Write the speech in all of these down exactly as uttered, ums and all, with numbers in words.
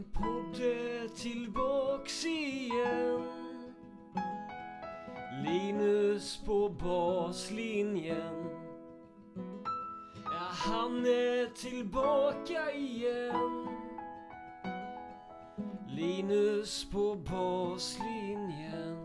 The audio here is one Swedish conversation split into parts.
Min podd är tillbaks igen. Linus på baslinjen. Ja, han är tillbaka igen. Linus på baslinjen.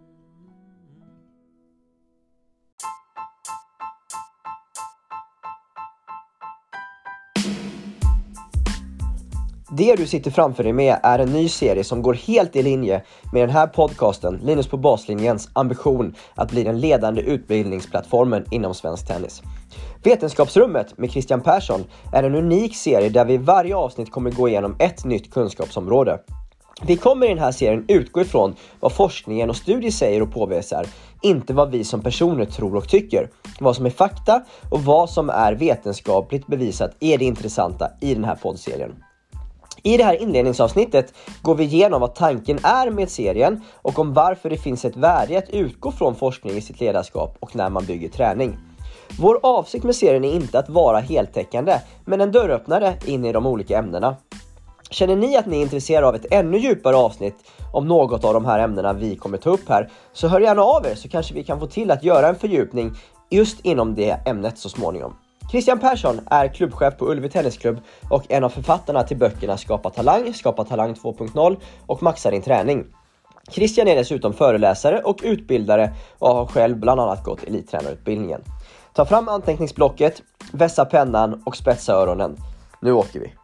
Det du sitter framför dig med är en ny serie som går helt i linje med den här podcasten, Linus på baslinjens ambition att bli den ledande utbildningsplattformen inom svensk tennis. Vetenskapsrummet med Christian Persson är en unik serie där vi i varje avsnitt kommer gå igenom ett nytt kunskapsområde. Vi kommer i den här serien utgå ifrån vad forskningen och studier säger och påvisar, inte vad vi som personer tror och tycker. Vad som är fakta och vad som är vetenskapligt bevisat är det intressanta i den här poddserien. I det här inledningsavsnittet går vi igenom vad tanken är med serien och om varför det finns ett värde att utgå från forskning i sitt ledarskap och när man bygger träning. Vår avsikt med serien är inte att vara heltäckande, men en dörröppnare in i de olika ämnena. Känner ni att ni är intresserade av ett ännu djupare avsnitt om något av de här ämnena vi kommer ta upp här, så hör gärna av er så kanske vi kan få till att göra en fördjupning just inom det ämnet så småningom. Christian Persson är klubbchef på Ullevi Tennisklubb och en av författarna till böckerna Skapa talang, Skapa talang två punkt noll och Maxa din träning. Christian är dessutom föreläsare och utbildare och har själv bland annat gått elittränarutbildningen. Ta fram anteckningsblocket, vässa pennan och spetsa öronen. Nu åker vi!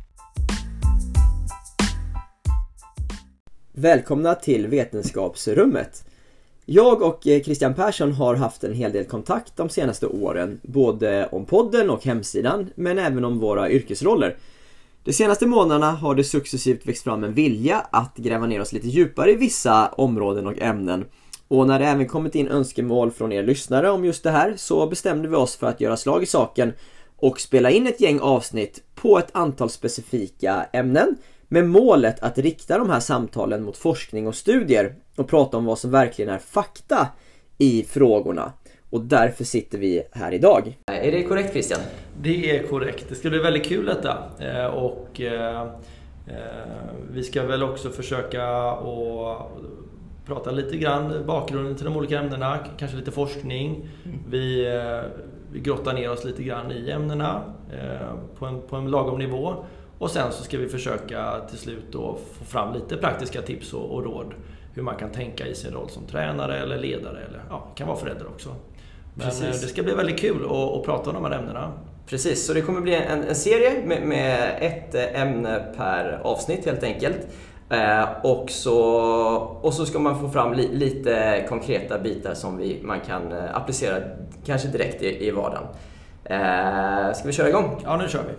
Välkomna till Vetenskapsrummet. Jag och Christian Persson har haft en hel del kontakt de senaste åren, både om podden och hemsidan, men även om våra yrkesroller. De senaste månaderna har det successivt växt fram en vilja att gräva ner oss lite djupare i vissa områden och ämnen. Och när det även kommit in önskemål från er lyssnare om just det här, så bestämde vi oss för att göra slag i saken och spela in ett gäng avsnitt på ett antal specifika ämnen, med målet att rikta de här samtalen mot forskning och studier och prata om vad som verkligen är fakta i frågorna. Och därför sitter vi här idag. Är det korrekt, Christian? Det är korrekt. Det ska bli väldigt kul detta. Eh, och eh, vi ska väl också försöka att prata lite grann bakgrunden till de olika ämnena. Kanske lite forskning. Mm. Vi, eh, vi grottar ner oss lite grann i ämnena eh, på, en, på en lagom nivå. Och sen så ska vi försöka till slut då få fram lite praktiska tips och, och råd hur man kan tänka i sin roll som tränare eller ledare eller ja, kan vara förälder också. Men Precis. Det ska bli väldigt kul att, att prata om de här ämnena. Precis, så det kommer bli en, en serie med, med ett ämne per avsnitt helt enkelt. Eh, och, så, och så ska man få fram li, lite konkreta bitar som vi, man kan applicera kanske direkt i, i vardagen. Eh, ska vi köra igång? Ja, nu kör vi.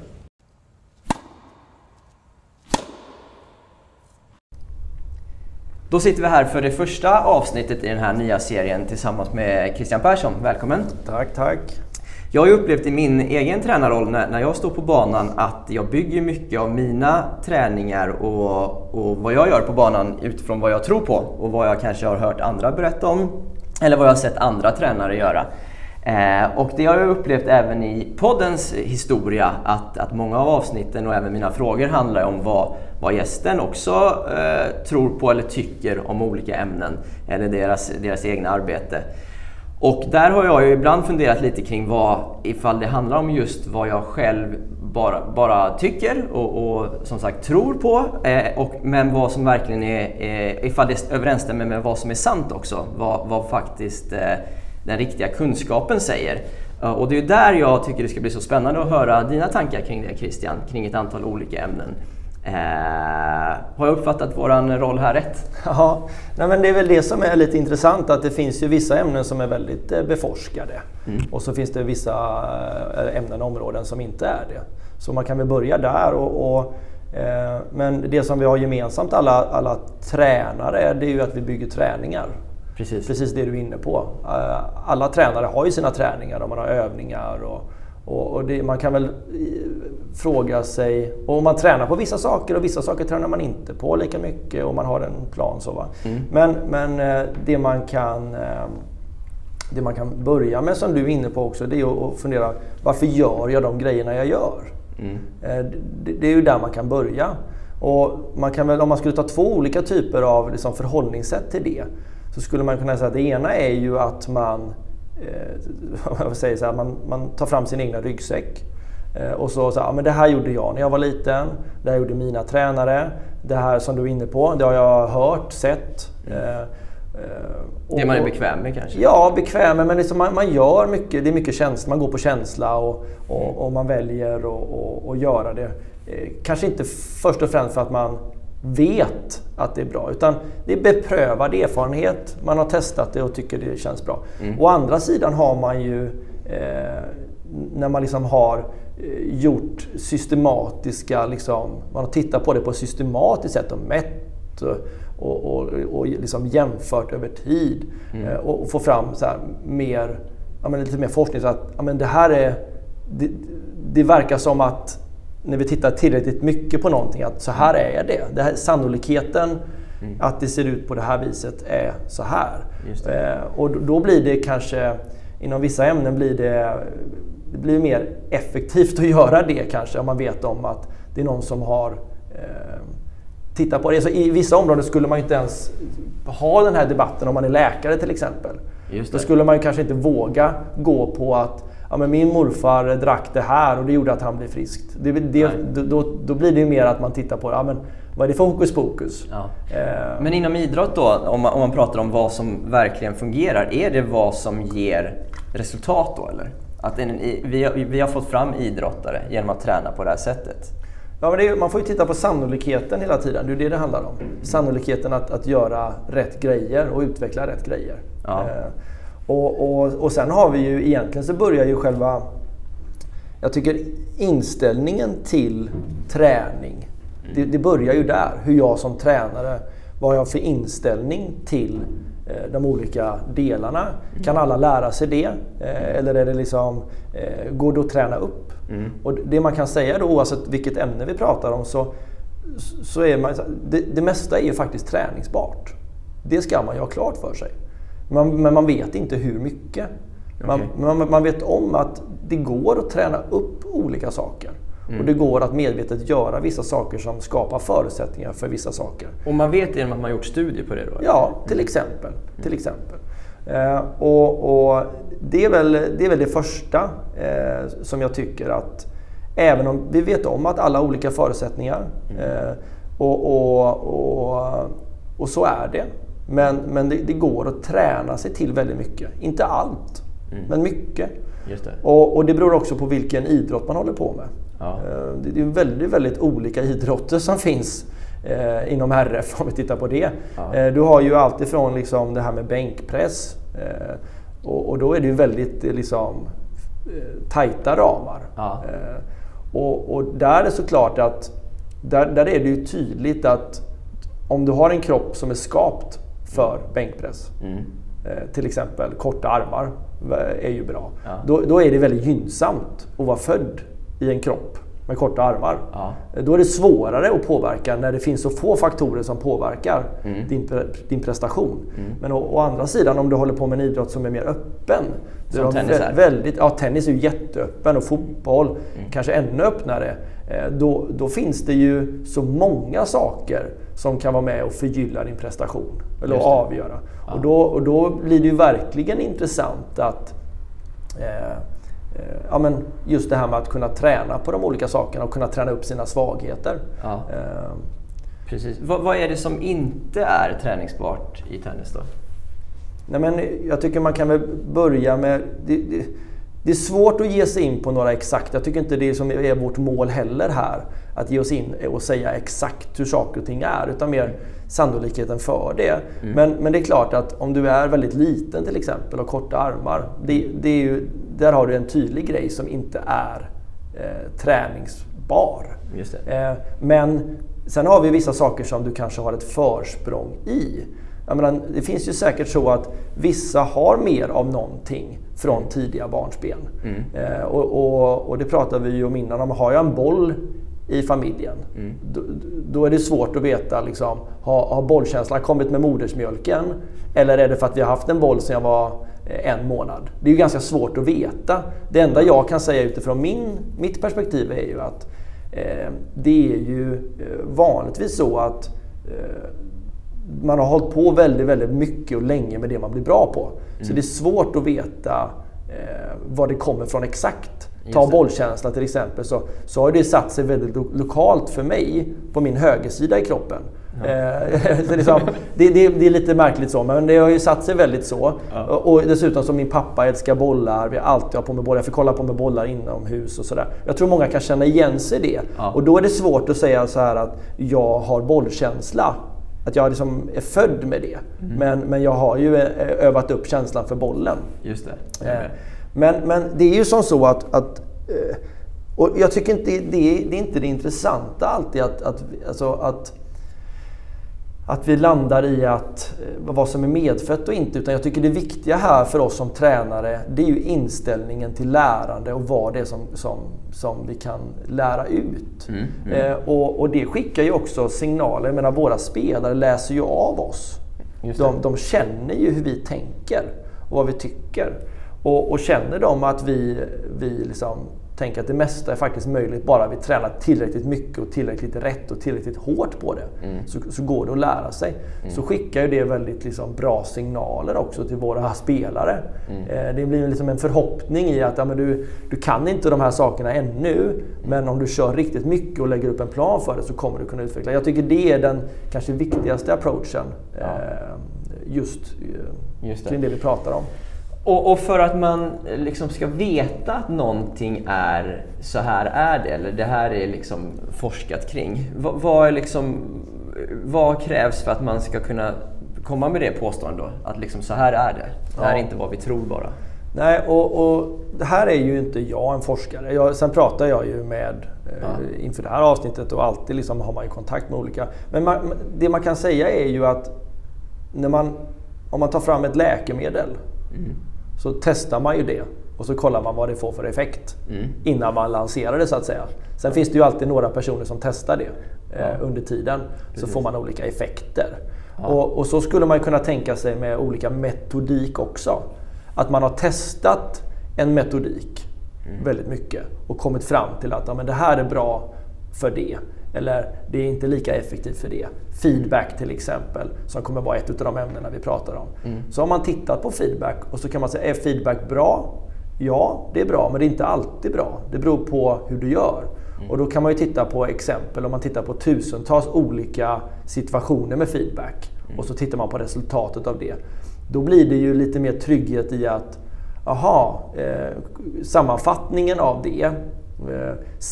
Då sitter vi här för det första avsnittet i den här nya serien tillsammans med Christian Persson. Välkommen! Tack, tack! Jag har ju upplevt i min egen tränarroll när, när jag står på banan att jag bygger mycket av mina träningar och, och vad jag gör på banan utifrån vad jag tror på och vad jag kanske har hört andra berätta om eller vad jag har sett andra tränare göra. Eh, och det har jag upplevt även i poddens historia att, att många av avsnitten och även mina frågor handlar om vad, vad gästen också eh, tror på eller tycker om olika ämnen eller deras, deras egna arbete. Och där har jag ju ibland funderat lite kring vad, ifall det handlar om just vad jag själv bara, bara tycker och, och som sagt tror på, eh, och, men vad som verkligen är, eh, ifall det överensstämmer med vad som är sant också, vad, vad faktiskt eh, den riktiga kunskapen säger. Och det är där jag tycker det ska bli så spännande att höra dina tankar kring det, Christian, kring ett antal olika ämnen. Eh, har jag uppfattat våran roll här rätt? Ja, nej men det är väl det som är lite intressant, att det finns ju vissa ämnen som är väldigt eh, beforskade. Mm. Och så finns det vissa eh, ämnen och områden som inte är det. Så man kan väl börja där. Och, och, eh, men det som vi har gemensamt alla, alla tränare, det är ju att vi bygger träningar. Precis. Precis det du är inne på. Alla tränare har ju sina träningar och man har övningar och, och, och det, man kan väl fråga sig, och man tränar på vissa saker och vissa saker tränar man inte på lika mycket och man har en plan så va. Mm. Men, men det man kan det man kan börja med, som du är inne på också, det är att fundera, varför gör jag de grejerna jag gör? Mm. Det, det är ju där man kan börja. Och man kan väl, om man skulle ta två olika typer av liksom förhållningssätt till det, så skulle man kunna säga att det ena är ju att man, eh, vad säger så här, man, man tar fram sin egna ryggsäck. Eh, och så säger ja, men det här gjorde jag när jag var liten, det här gjorde mina tränare, det här som du är inne på, det har jag hört, sett. Eh, det man är bekväm med kanske? Ja, bekväm med, men liksom man, man gör mycket, det är mycket känsla, man går på känsla och, och, och man väljer att och, och göra det. Eh, kanske inte först och främst för att man vet att det är bra, utan det är beprövad erfarenhet, man har testat det och tycker det känns bra. Mm. Å andra sidan har man ju, eh, när man liksom har eh, gjort systematiska, liksom, man har tittat på det på ett systematiskt sätt och mätt och, och, och liksom jämfört över tid mm. eh, och, och få fram så här mer, ja, men lite mer forskning så att ja, men det här är, det, det verkar som att när vi tittar tillräckligt mycket på någonting att så här är det. det här, sannolikheten mm. att det ser ut på det här viset är så här. Eh, och då blir det kanske, inom vissa ämnen blir det, det blir mer effektivt att göra det kanske om man vet om att det är någon som har eh, tittat på det. Så i vissa områden skulle man inte ens ha den här debatten om man är läkare till exempel. Just det. Då skulle man ju kanske inte våga gå på att ja, men min morfar drack det här och det gjorde att han blev frisk. Det, det, då, då blir det mer att man tittar på ja, men vad är det för hokus pokus. Ja. Eh. Men inom idrott då, om man, om man pratar om vad som verkligen fungerar, är det vad som ger resultat då eller? Att en, vi, har, vi har fått fram idrottare genom att träna på det här sättet. Ja, men det är, man får ju titta på sannolikheten hela tiden, det är det det handlar om. Sannolikheten att, att göra rätt grejer och utveckla rätt grejer. Ja. Eh. Och, och, och sen har vi ju egentligen så börjar ju själva, jag tycker inställningen till träning, det, det börjar ju där. Hur jag som tränare, vad jag har för inställning till eh, de olika delarna. Kan alla lära sig det? Eh, eller är det liksom, eh, går det att träna upp? Mm. Och det man kan säga då, oavsett vilket ämne vi pratar om, så, så är man, det, det mesta är ju faktiskt träningsbart. Det ska man ju ha klart för sig. Man, men man vet inte hur mycket. Man, okay. man, man vet om att det går att träna upp olika saker. Mm. Och det går att medvetet göra vissa saker som skapar förutsättningar för vissa saker. Och man vet genom att man har gjort studier på det då? Ja, till exempel. Mm. Till exempel. Eh, och, och det, är väl, det är väl det första eh, som jag tycker att, även om vi vet om att alla olika förutsättningar mm. eh, och, och, och, och så är det. Men, men det, det går att träna sig till väldigt mycket. Inte allt, mm. men mycket. Just det. Och, och det beror också på vilken idrott man håller på med. Ja. Det, det är väldigt, väldigt olika idrotter som finns eh, inom R F om vi tittar på det. Ja. Eh, du har ju allt ifrån liksom det här med bänkpress. Eh, och, och då är det ju väldigt liksom, eh, tajta ramar. Ja. Eh, och, och där är det såklart att där, där är det ju tydligt att om du har en kropp som är skapt för bänkpress, mm. eh, till exempel korta armar är ju bra. Ja. Då, då är det väldigt gynnsamt att vara född i en kropp med korta armar. Ja. Då är det svårare att påverka när det finns så få faktorer som påverkar mm. din, din prestation. Mm. Men å, å andra sidan, om du håller på med en idrott som är mer öppen. Som tennis är. Väldigt, ja, tennis är ju jätteöppen och fotboll mm. kanske ännu öppnare. Då, då finns det ju så många saker som kan vara med och förgylla din prestation eller avgöra. Ja. Och, då, och då blir det ju verkligen intressant att eh, eh, ja, men just det här med att kunna träna på de olika sakerna och kunna träna upp sina svagheter. Ja. Eh, Precis. Vad, vad är det som inte är träningsbart i tennis då? Nej, men jag tycker man kan väl börja med... Det, det, Det är svårt att ge sig in på några exakt. Jag tycker inte det är som är vårt mål heller här. Att ge oss in och säga exakt hur saker och ting är. Utan mer sannolikheten för det. Mm. Men, men det är klart att om du är väldigt liten till exempel och korta armar. Det, det är ju, där har du en tydlig grej som inte är eh, träningsbar. Just det. Eh, men sen har vi vissa saker som du kanske har ett försprång i. Jag menar, det finns ju säkert så att vissa har mer av någonting från tidiga barnsben. Mm. Eh, och, och, och det pratade vi ju om innan. Om man har jag en boll i familjen, mm. då, då är det svårt att veta, liksom, har, har bollkänslan kommit med modersmjölken? Eller är det för att vi har haft en boll sedan jag var en månad? Det är ju ganska svårt att veta. Det enda jag kan säga utifrån min, mitt perspektiv är ju att eh, det är ju eh, vanligtvis så att eh, man har hållit på väldigt, väldigt mycket och länge med det man blir bra på. Mm. Så det är svårt att veta eh, var det kommer från exakt. Ta bollkänsla till exempel, så, så har det satt sig väldigt lo- lokalt för mig på min högersida i kroppen. Ja. Eh, så liksom, det, det, det är lite märkligt så, men det har ju satt sig väldigt så. Ja. Och, och dessutom som min pappa älskar bollar, vi har alltid har på med bollar, jag får kolla på med bollar inomhus och sådär. Jag tror många kan känna igen sig i det. Ja. Och då är det svårt att säga så här att jag har bollkänsla. Att jag liksom är född med det. Mm. Men, men jag har ju övat upp känslan för bollen. Just det. Eh, Men, men det är ju som så att, att och jag tycker inte det, det, det är inte det intressanta alltid att, att, alltså att, att vi landar i att vad som är medfött och inte, utan jag tycker det viktiga här för oss som tränare, det är ju inställningen till lärande och vad det är som, som, som vi kan lära ut. Mm, mm. Eh, och, och det skickar ju också signaler, jag menar våra spelare läser ju av oss. De, de känner ju hur vi tänker och vad vi tycker. Och, och känner de att vi, vi liksom tänker att det mesta är faktiskt möjligt bara vi tränar tillräckligt mycket och tillräckligt rätt och tillräckligt hårt på det, mm. så, så går det att lära sig. Mm. Så skickar ju det väldigt liksom bra signaler också till våra spelare. Mm. Eh, det blir liksom en förhoppning i att ja, men du, du kan inte de här sakerna ännu, mm. men om du kör riktigt mycket och lägger upp en plan för det så kommer du kunna utveckla. Jag tycker det är den kanske viktigaste approachen ja. eh, just, just det. kring det vi pratar om. Och, och för att man liksom ska veta att någonting är så här är det, eller det här är liksom forskat kring. V- vad, är liksom, vad krävs för att man ska kunna komma med det påståendet då? Att liksom så här är det. Det här ja. är inte vad vi tror bara. Nej, och, och det här är ju inte jag en forskare. Jag, sen pratar jag ju med ja. eh, inför det här avsnittet och alltid liksom har man ju kontakt med olika. Men man, det man kan säga är ju att när man, om man tar fram ett läkemedel mm. så testar man ju det och så kollar man vad det får för effekt mm. innan man lanserar det så att säga. Sen finns det ju alltid några personer som testar det ja. eh, under tiden. Precis. Så får man olika effekter. Ja. Och, och så skulle man kunna tänka sig med olika metodik också. Att man har testat en metodik mm. väldigt mycket och kommit fram till att ja, men det här är bra för det. Eller det är inte lika effektivt för det. Feedback till exempel, som kommer vara ett av de ämnena vi pratar om. Mm. Så har man tittat på feedback och så kan man säga, är feedback bra? Ja, det är bra, men det är inte alltid bra. Det beror på hur du gör. Mm. Och då kan man ju titta på exempel, om man tittar på tusentals olika situationer med feedback. Mm. Och så tittar man på resultatet av det. Då blir det ju lite mer trygghet i att, aha, eh, sammanfattningen av det eh,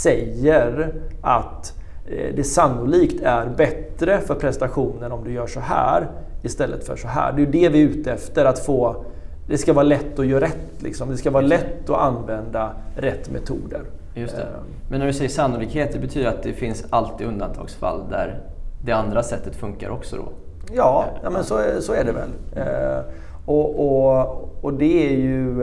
säger att det sannolikt är bättre för prestationen om du gör så här istället för så här. Det är ju det vi är ute efter, att få, det ska vara lätt att göra rätt liksom. Det ska vara lätt att använda rätt metoder. Just det. Men när du säger sannolikhet, det betyder att det finns alltid undantagsfall där det andra sättet funkar också då? Ja, ja men så, så är det väl. Mm. Och, och, och det är ju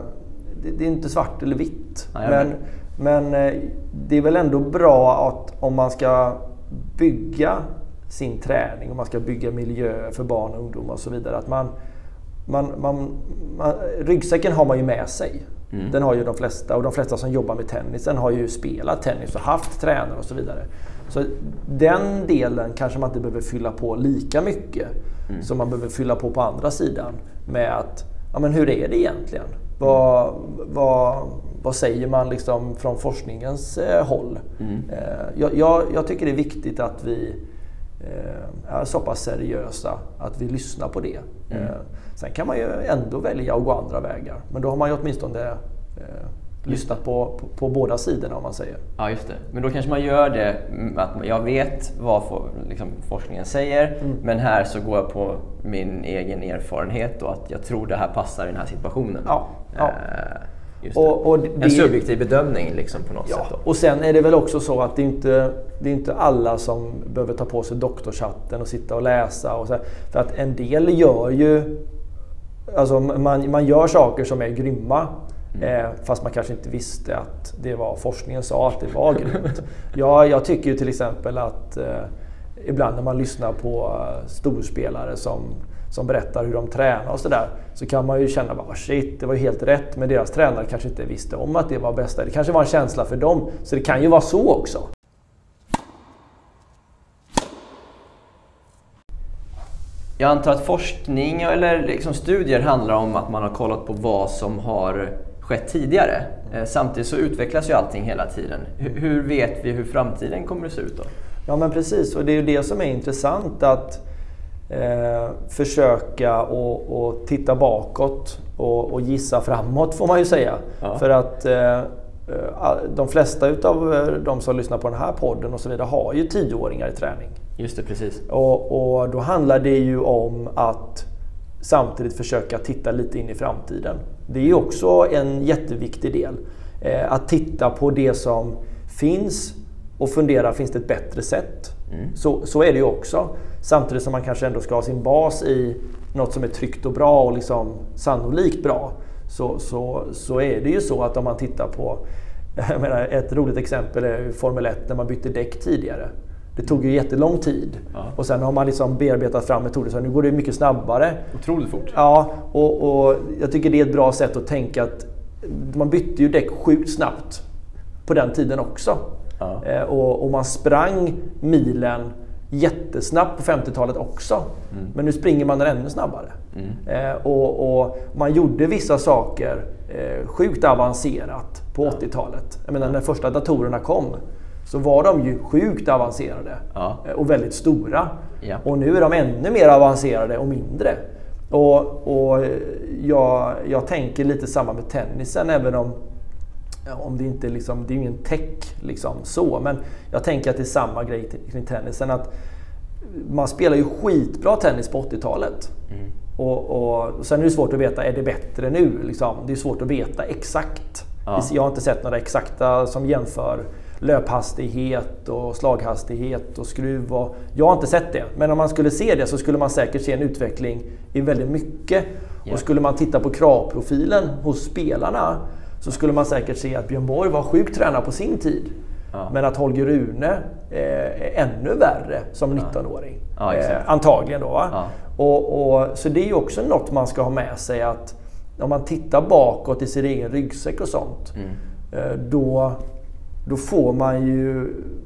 det, det är inte svart eller vitt. Nej, men Men det är väl ändå bra att om man ska bygga sin träning, om man ska bygga miljö för barn och ungdomar och så vidare, att man, man, man, man ryggsäcken har man ju med sig. Mm. Den har ju de flesta, och de flesta som jobbar med tennisen har ju spelat tennis och haft tränare och så vidare. Så den delen kanske man inte behöver fylla på lika mycket mm. som man behöver fylla på på andra sidan med att, ja men hur är det egentligen? Vad, vad, vad säger man liksom från forskningens eh, håll? Mm. Eh, jag, jag, jag tycker det är viktigt att vi eh, är så pass seriösa att vi lyssnar på det. Mm. Eh, sen kan man ju ändå välja att gå andra vägar. Men då har man ju åtminstone eh, lyssnat på, på, på båda sidorna om man säger. Ja, just det. Men då kanske man gör det att jag vet vad for, liksom, forskningen säger, mm. men här så går jag på min egen erfarenhet och att jag tror det här passar i den här situationen. Ja, ja. Eh, just det. Och, och det, en subjektiv bedömning liksom på något ja, sätt. Då. Och sen är det väl också så att det inte det är inte alla som behöver ta på sig doktorshatten och sitta och läsa. Och så här, för att en del gör ju, alltså man, man gör saker som är grymma. Mm. Eh, fast man kanske inte visste att det var forskningen sa att det var grymt. ja, jag tycker ju till exempel att eh, ibland när man lyssnar på uh, storspelare som, som berättar hur de tränar och sådär, så kan man ju känna bara shit, det var ju helt rätt, men deras tränare kanske inte visste om att det var bästa. Det kanske var en känsla för dem, så det kan ju vara så också. Jag antar att forskning eller liksom studier handlar om att man har kollat på vad som har skett tidigare. Eh, samtidigt så utvecklas ju allting hela tiden. H- hur vet vi hur framtiden kommer att se ut då? Ja men precis, och det är ju det som är intressant att eh, försöka och, och titta bakåt och, och gissa framåt får man ju säga. Ja. För att eh, de flesta utav de som lyssnar på den här podden och så vidare har ju tioåringar i träning. Just det, precis. Och, och då handlar det ju om att samtidigt försöka titta lite in i framtiden. Det är ju också en jätteviktig del. Eh, att titta på det som finns och fundera, finns det ett bättre sätt? Mm. Så, så är det ju också. Samtidigt som man kanske ändå ska ha sin bas i något som är tryggt och bra och liksom sannolikt bra. Så, så, så är det ju så att om man tittar på, jag menar, ett roligt exempel är Formel ett när man bytte däck tidigare. Det tog ju jättelång tid. Ja. Och sen har man liksom bearbetat fram metoder så nu går det mycket snabbare. Otroligt fort. Ja, och, och jag tycker det är ett bra sätt att tänka att man bytte ju däck sjukt snabbt på den tiden också. Ja. Eh, och, och man sprang milen jättesnabbt på femtiotalet också. Mm. Men nu springer man den ännu snabbare. Mm. Eh, och, och man gjorde vissa saker eh, sjukt avancerat på ja. åttiotalet. Jag menar, när första datorerna kom så var de ju sjukt avancerade ja. eh, och väldigt stora. Ja. Och nu är de ännu mer avancerade och mindre. Och, och jag, jag tänker lite samma med tennisen, även om om det inte liksom, det är ju ingen tech liksom så, men jag tänker att det är samma grej kring tennisen, att man spelar ju skitbra tennis på åttiotalet. Mm. Och, och sen är det svårt att veta, är det bättre nu liksom? Det är svårt att veta exakt. Ja. Jag har inte sett några exakta som jämför löphastighet och slaghastighet och skruv och, jag har inte sett det, men om man skulle se det så skulle man säkert se en utveckling i väldigt mycket. Ja. Och skulle man titta på kravprofilen hos spelarna så skulle man säkert se att Björn Borg var sjukt tränad på sin tid. Ja. Men att Holger Rune eh, är ännu värre som nittonåring. Ja, eh, antagligen då. Va? Ja. Och, och, så det är ju också något man ska ha med sig, att om man tittar bakåt i sin egen ryggsäck och sånt, mm. eh, då, då får man ju...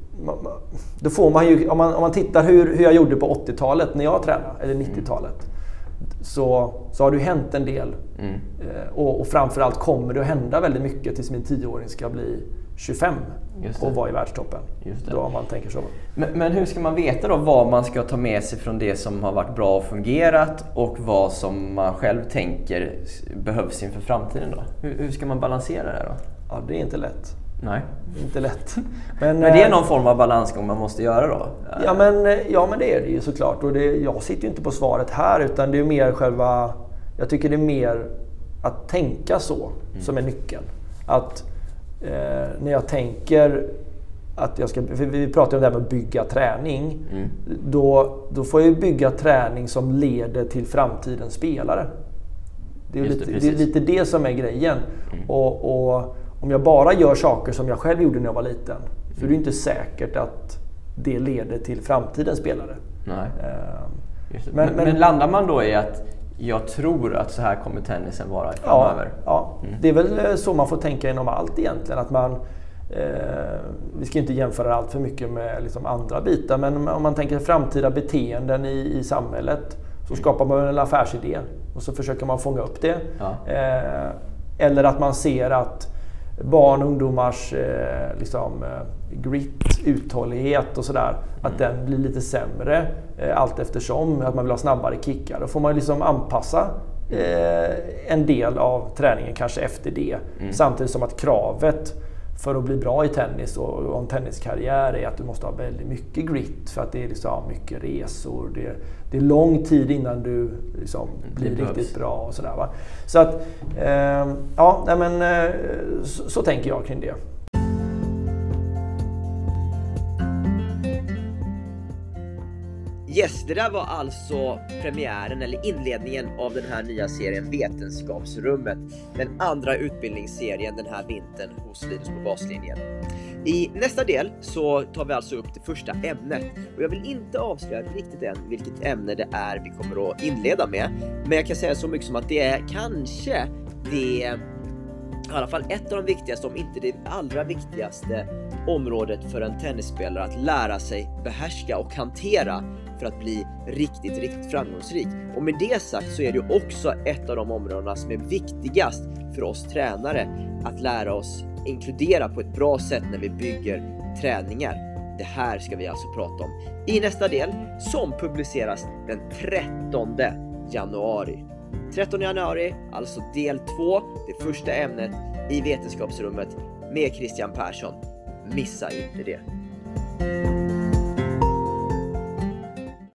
Då får man ju om, man, om man tittar hur, hur jag gjorde på åttiotalet när jag tränade, eller nittiotalet. Mm. Så, så har det ju hänt en del. Mm. Eh, och, och framförallt kommer det att hända väldigt mycket tills min tioåring ska bli tjugofem och vara i världstoppen. Just det. Då man tänker så. Men, men hur ska man veta då vad man ska ta med sig från det som har varit bra och fungerat och vad som man själv tänker behövs inför framtiden då? Hur, hur ska man balansera det här då? Ja, det är inte lätt. Nej. Inte lätt. Men, men det är någon form av balansgång man måste göra då? Ja men, ja, men det är det ju såklart. Och det, jag sitter ju inte på svaret här, utan det är mer själva... Jag tycker det är mer att tänka så mm. som är nyckeln. Att eh, när jag tänker att jag ska... Vi pratar om det här med att bygga träning. Mm. Då, då får jag bygga träning som leder till framtidens spelare. Det är, lite, det, det är lite det som är grejen. Mm. Och... och om jag bara gör saker som jag själv gjorde när jag var liten, så är det inte säkert att det leder till framtidens spelare. Nej. Just det. Men, men, men landar man då i att jag tror att så här kommer tennisen vara framöver? Ja, ja. Mm. Det är väl så man får tänka inom allt egentligen. Att man, eh, vi ska inte jämföra allt för mycket med liksom andra bitar, men om man tänker framtida beteenden i, i samhället, så skapar man en affärsidé och så försöker man fånga upp det. Ja. Eh, eller att man ser att barn och ungdomars eh, liksom, eh, grit, uthållighet och sådär, mm. att den blir lite sämre eh, allt eftersom, att man vill ha snabbare kickar. Då får man liksom anpassa eh, en del av träningen kanske efter det. Mm. Samtidigt som att kravet för att bli bra i tennis och, och en tenniskarriär är att du måste ha väldigt mycket grit, för att det är liksom mycket resor. Det, det är lång tid innan du liksom blir det riktigt behövs. Bra och sådär, va? Så att, eh, ja, nej men eh, så, så tänker jag kring det. Yes, det där var alltså premiären eller inledningen av den här nya serien Vetenskapsrummet. Den andra utbildningsserien den här vintern hos Linus på baslinjen. I nästa del så tar vi alltså upp det första ämnet. Och jag vill inte avslöja riktigt än vilket ämne det är vi kommer att inleda med. Men jag kan säga så mycket som att det är kanske det... i alla fall ett av de viktigaste, om inte det allra viktigaste området för en tennisspelare att lära sig behärska och hantera för att bli riktigt, riktigt framgångsrik. Och med det sagt så är det ju också ett av de områdena som är viktigast för oss tränare att lära oss inkludera på ett bra sätt när vi bygger träningar. Det här ska vi alltså prata om i nästa del som publiceras den trettonde januari. trettonde januari, alltså del två, det första ämnet i vetenskapsrummet med Christian Persson. Missa inte det.